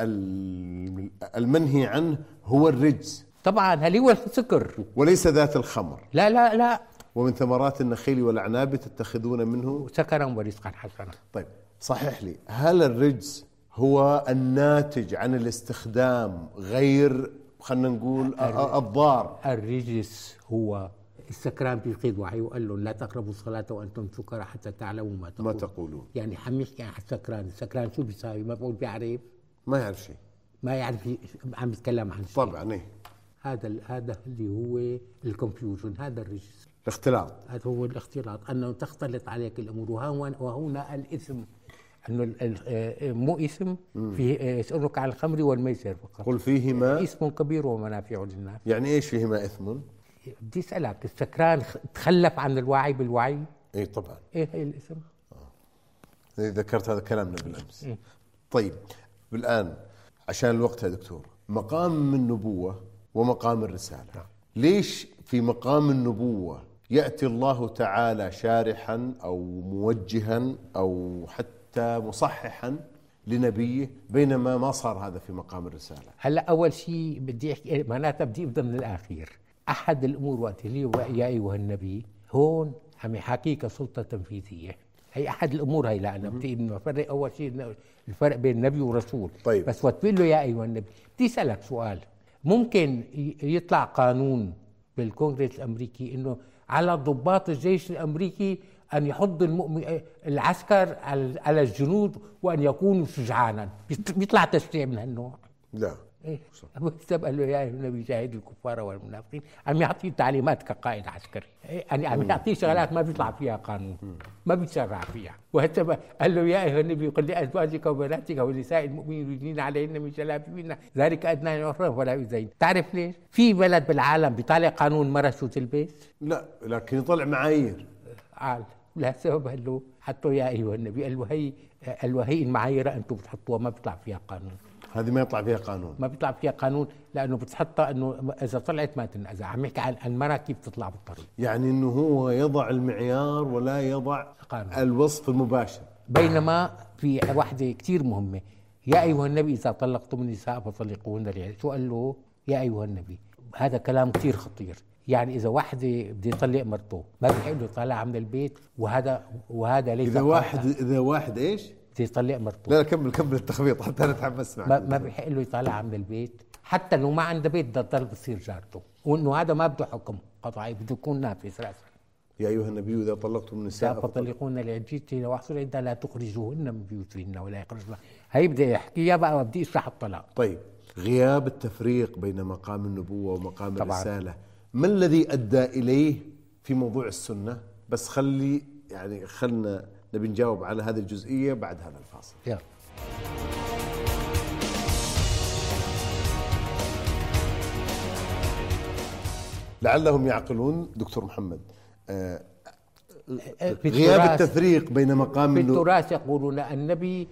المنهي عنه هو الرجس طبعا، هل هو السكر وليس ذات الخمر. لا لا لا. ومن ثمرات النخيل والاعناب تتخذون منه سكرا ورزقا حسنا. طيب صحح لي، هل الرجس هو الناتج عن الاستخدام غير خلينا نقول الضار؟ الرجس هو السكران بيفقد وعيه وقال له لا تقربوا الصلاة وأنتم سكرى حتى تعلموا ما تقولون. ما تقولون يعني حميحكي عن السكران. السكران شو بيساوي؟ ما بقول بيعرف، ما يعرف شيء، ما يعرف، عم يتكلم عن شيء. طبعا ايه هذا هذا اللي هو الكونفيوجن، هذا الرجس، الاختلاط. هذا هو الاختلاط، أنه تختلط عليك الأمور. وهنا الإثم، أنه مو اسم في يسألك عن الخمر والميسر فقط. قل فيهما اسم كبير ومنافع للناس. يعني ايش فيهما اثم؟ بدي اسالك، السكران تخلف عن الوعي بالوعي؟ اي طبعا. ايه هي الاسم؟ اه ذكرت هذا كلامنا بالامس. إيه؟ طيب الان عشان الوقت يا دكتور، مقام النبوة ومقام الرسالة. نعم. ليش في مقام النبوة يأتي الله تعالى شارحا أو موجها أو حتى مصححا لنبيه، بينما ما صار هذا في مقام الرسالة؟ هلا أول شيء بدي أحكي معناتها بدي أبدأ من الأخير. أحد الأمور وقت اللي يا أيها النبي هون عم يحكيك سلطة تنفيذية. هي أحد الأمور هي. لا أنا بدي نفرق أول شيء الفرق بين النبي ورسول. طيب. بس وقت بيقول له يا أيها النبي، بدي أسألك سؤال. ممكن يطلع قانون بالكونغرس الأمريكي إنه على ضباط الجيش الأمريكي أن يحض المؤمن العسكر على الجنود وأن يكونوا شجعانا؟ بيطلع تشريع من هالنوع؟ لا. إيه؟ أبو السب قال له يا أيها النبي جاهد الكفار والمنافقين، عم يعطيه تعليمات كقائد عسكري، يعني عم يعطيه شغلات ما بيطلع فيها قانون، ما بيتشرع فيها. وهسه قال له يا أيها النبي قل لأزواجك وبناتك ونساء المؤمنين يدنين عليهن من جلابيبهن ذلك أدنى أن يعرفن ولا يؤذين. تعرف ليش؟ في بلد بالعالم بيطالع قانون مرة شو تلبس؟ لا، لكن يطلع معايير. عال لا سبب. قال له حطوا يا أيها النبي، قال له هي قال له هي المعايير أنتم بتحطوها ما بيطلع فيها قانون. هذه ما يطلع فيها قانون، ما بيطلع فيها قانون لانه بتحطها انه اذا طلعت ما تنأذى. عم يحكي عن المراه كيف تطلع بالطريق، يعني انه هو يضع المعيار ولا يضع قانون. الوصف المباشر. بينما في وحده كثير مهمه، يا ايها النبي اذا طلقتم النساء فطلقوهن لعدتهن. شو قال له؟ يا ايها النبي. هذا كلام كثير خطير. يعني اذا وحده بده يطلق مرته ما بيحق له يطلعها من البيت، وهذا وهذا ليس اذا واحد اذا واحد ايش؟ يطلق مرته. لا لا كمل كمل التخبيط حتى انا اتحمس معك. ما, ما بيحق له يطالعها من البيت، حتى لو ما عنده بيت بدها تضل بتصير جارته، وانه هذا ما بده حكم قطعي، بده يكون نافذ راسا. يا ايها النبي اذا طلقتم النساء فطلقوهن لعدتهن واحصوا العده لا تخرجوهن من بيوتهن ولا يخرجن. هي بدي يحكيها بقى وبدي اشرح الطلاق. طيب، غياب التفريق بين مقام النبوه ومقام طبعا. الرساله ما الذي ادى اليه في موضوع السنه؟ بس خلي يعني خلنا نبي نجاوب على هذه الجزئية بعد هذا الفاصل. يلا. لعلهم يعقلون دكتور محمد. آه غياب التفريق بين مقام في التراث يقولون النبي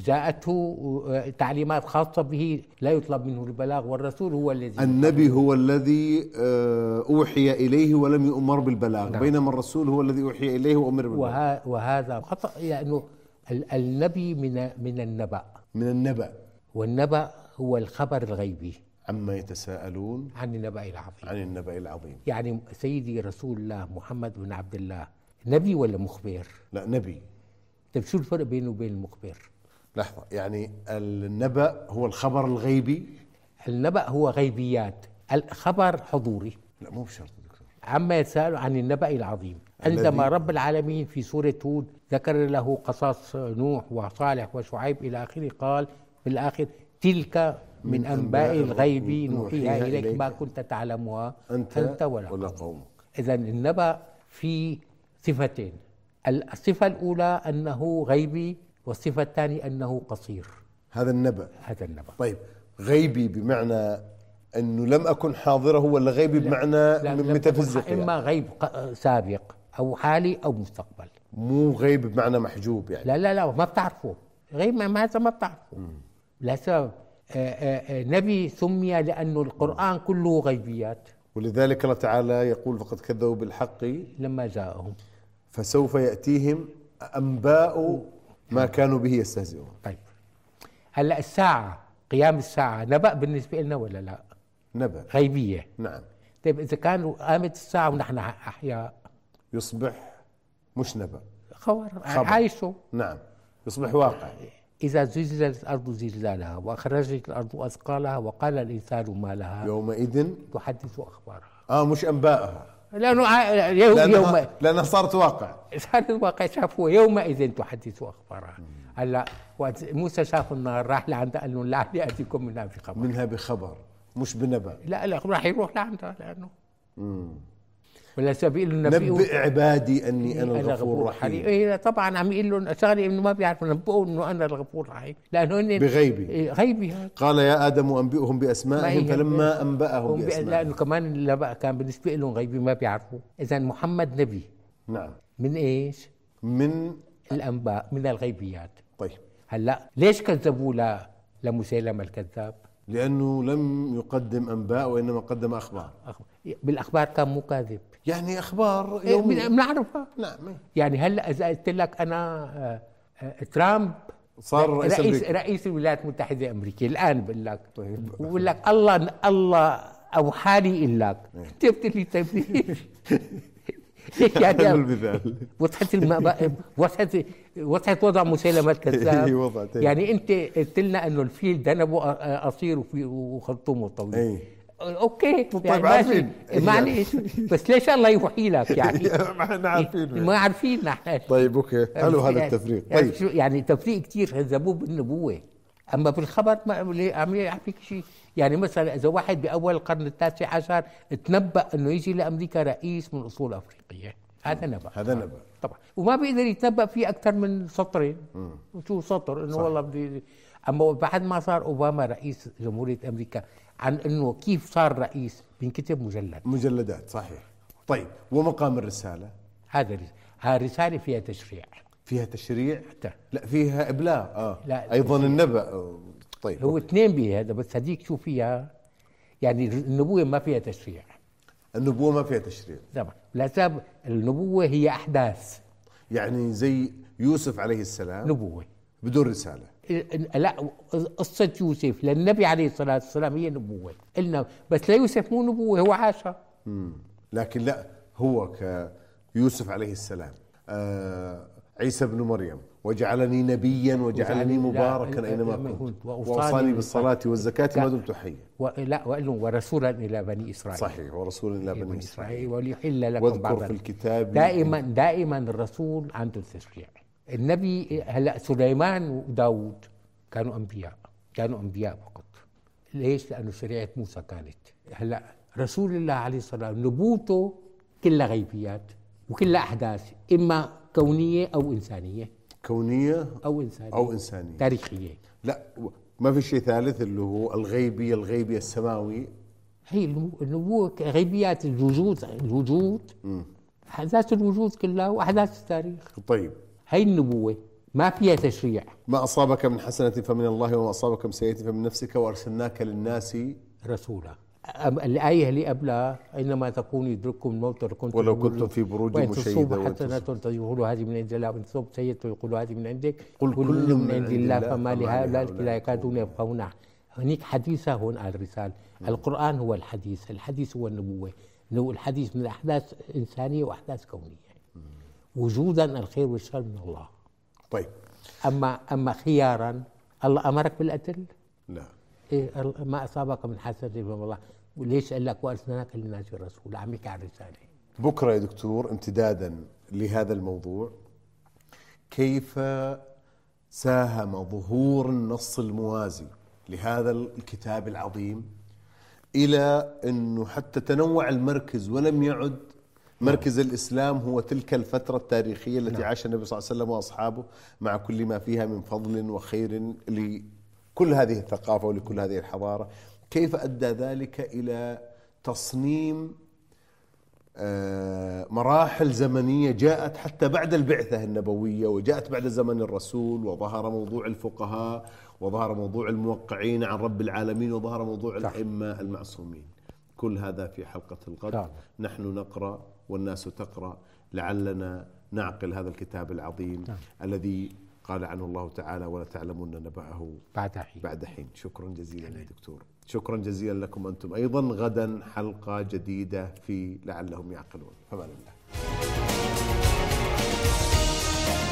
جاءته تعليمات خاصة به لا يطلب منه البلاغ، والرسول هو الذي النبي هو الذي أوحي إليه ولم يؤمر بالبلاغ. نعم. بينما الرسول هو الذي أوحي إليه وأمر بالبلاغ. وه... وهذا خطأ، لأنه يعني النبي من من النبأ من النبأ والنبأ هو الخبر الغيبي عما يتساءلون عن النبأ العظيم. عن النبأ العظيم. يعني سيدي رسول الله محمد بن عبد الله نبي ولا مخبر؟ لا، نبي. طيب شو الفرق بينه وبين المخبر؟ لحظة، يعني النبأ هو الخبر الغيبي. النبأ هو غيبيات، الخبر حضوري. لا مو بشرط دكتور. عما يتساءل عن النبأ العظيم، عندما رب العالمين في سورة هود ذكر له قصص نوح وصالح وشعيب إلى آخره، قال في الآخر تلك من, من أنباء الغيب نوحيها إليك ما كنت تعلمها أنت, أنت ولا, ولا قومك. إذن النبأ في صفتين، الصفة الأولى أنه غيبي، والصفة الثانية أنه قصير. هذا النبأ. هذا النبأ. طيب، غيبي بمعنى أنه لم أكن حاضره، ولا غيبي بمعنى ميتافيزيقي؟ إما غيب سابق أو حالي أو مستقبل. مو غيب بمعنى محجوب يعني. لا لا لا ما بتعرفه، غيب ما هذا ما بتعرفه. لا سبب. نبي سمي لأنه القرآن كله غيبيات، ولذلك الله تعالى يقول فقد كذبوا بالحق لما جاءهم فسوف يأتيهم أنباء ما كانوا به يستهزئون. طيب هلا الساعة، قيام الساعة نبأ بالنسبة لنا ولا لا؟ نبأ غيبية. نعم. طيب إذا كانوا قامت الساعة ونحن أحياء يصبح مش نبأ، خبر عايشه. نعم، يصبح واقع. إذا زلزلت الأرض زلزالها وأخرجت الأرض أثقالها وقال الإنسان ما لها يومئذ تحدث أخبارها. آه مش أنباءها، لأنه يوم لأنها, يوم لأنها صارت واقع. صارت واقع. شافوا يومئذ تحدث أخبارها. هلا وقت موسى شاف النار راح لعندها قال لهم لعلي آتيكم منها بخبر. منها بخبر مش بنبأ. لا لا راح يروح لعندها لأنه امم ولا سبيل النبي نبئ عبادي أني أنا الغفور الرحيم. إيه طبعا عم يقول لهم شغله إنه ما بيعرفوا، نبئوا إنه أنا الغفور الرحيم لأنه هن بغيبي. إيه غيبي هذا. قال يا آدم أنبئهم بأسمائهم فلما أنبأهم بأسمائهم، لأنه كمان لا كان بالنسبة لهم غيبي ما بيعرفوا. إذا محمد نبي. نعم. من إيش؟ من الأنباء، من الغيبيات. طيب هلا ليش كذبوا ل لمسيلمة الكذاب؟ لأنه لم يقدم أنباء وإنما قدم أخبار. بالأخبار كان مو كاذب، يعني أخبار يومية بنعرفها. نعم. يعني هلا إذا قلت لك أنا ترامب صار رئيس رئيس, رئيس الولايات المتحدة الأمريكية الآن بقول لك، طيب بقول لك الله الله أوحى لي إلك، أنت بتقول لي طيب ليش؟ يعني وضحت الم... وضحت وضحت وضع مسيلمة الكذاب. يعني انت قلت لنا انه الفيل ذنبه قصير وخرطومه طويل. اوكي طيب يعني عارفين معلش، بس ليش الله يوحي لك يعني؟ ما احنا عارفين ما عارفين نحن. طيب اوكي حلو هذا التفريق. طيب يعني تفريق كثير هذبوه بالنبوة. اما بالخبر ما عم يحكيك شيء. يعني مثلا اذا واحد باول القرن التاسع عشر تنبأ انه يجي لامريكا رئيس من اصول افريقيه، هذا نبأ. هذا نبأ طبعا، وما بيقدر يتنبأ فيه اكثر من سطرين. شو سطر انه والله بدي. اما بعد ما صار اوباما رئيس جمهوريه امريكا، عن انه كيف صار رئيس بينكتب مجلد، مجلدات. صحيح. طيب، ومقام الرساله؟ هذا هذه الرساله فيها تشريع. فيها تشريع؟ حتى. لا، فيها ابلاغ. اه لا، ايضا النبأ. طيب، هو اثنين بهذا، بس هذيك شو فيها؟ يعني النبوه ما فيها تشريع. النبوه ما فيها تشريع طبعا، لا سبب. النبوه هي احداث. يعني زي يوسف عليه السلام نبوه بدون رساله. لا، قصه يوسف للنبي عليه الصلاه والسلام هي نبوه قلنا، بس ليوسف مو نبوه، هو عاشها. امم لكن لا، هو كيوسف عليه السلام، آه عيسى ابن مريم، وجعلني نبيا وجعلني مباركا اينما كنت واوصاني بالصلاه والزكاه ما دمت حيا. لا، وقال ورسولا الى بني اسرائيل. صحيح، ورسولا الى بني اسرائيل وليحل لكم واذكر بعض في الكتاب. دائما دائما الرسول عنده تشريع. النبي هلا سليمان وداود كانوا انبياء، كانوا انبياء فقط. ليش؟ لانه شريعه موسى كانت. هلا رسول الله عليه الصلاه والسلام نبوته كلها غيبيات وكلها احداث، اما كونيه او انسانيه. كونيه او انسانيه او انسانيه تاريخيه. لا، ما في شيء ثالث اللي هو الغيبي، الغيبي السماوي. هي النبوه غيبيات الوجود، الوجود احداث الوجود كلها واحداث التاريخ. طيب، هي النبوه ما فيها تشريع. ما اصابك من حسنه فمن الله وما اصابك من سيئه فمن نفسك وارسلناك للناس رسولا. الآية اللي قبلها أينما تكون يدرككم الموت ولو كنتم في بروج مشيدة وإن تصب حسنة يقولوا هذه من عند الله وإن تصب سيئة يقولوا هذه من عندك قل كل من عند الله فما لهؤلاء لا يكادون يفقهون. هنيك حديثة، هون على الرسالة. القرآن هو الحديث، الحديث هو النبوة. الحديث من أحداث إنسانية وأحداث كونية. وجودا الخير والشر من الله. طيب، أما أما خيارا، الله أمرك بالقتل؟ لا. إيه ما أصابك من حسنة فمن الله. وليش قال لك وأرسلناك للناس الرسول؟ عم يحكي عن الرسالة. بكرة يا دكتور، امتدادا لهذا الموضوع، كيف ساهم ظهور النص الموازي لهذا الكتاب العظيم إلى أنه حتى تنوع المركز ولم يعد مركز الإسلام هو تلك الفترة التاريخية التي عاش النبي صلى الله عليه وسلم وأصحابه مع كل ما فيها من فضل وخير لكل هذه الثقافة ولكل هذه الحضارة. كيف أدى ذلك إلى تصميم مراحل زمنية جاءت حتى بعد البعثة النبوية وجاءت بعد زمن الرسول، وظهر موضوع الفقهاء وظهر موضوع الموقعين عن رب العالمين وظهر موضوع الأئمة المعصومين. كل هذا في حلقة الغد. نحن نقرأ والناس تقرأ، لعلنا نعقل هذا الكتاب العظيم الذي قال عنه الله تعالى ولا تعلمون نبأه بعد حين. بعد حين. شكرا جزيلا يا دكتور. شكرا جزيلا لكم أنتم أيضا. غدا حلقة جديدة في لعلهم يعقلون. فمان الله.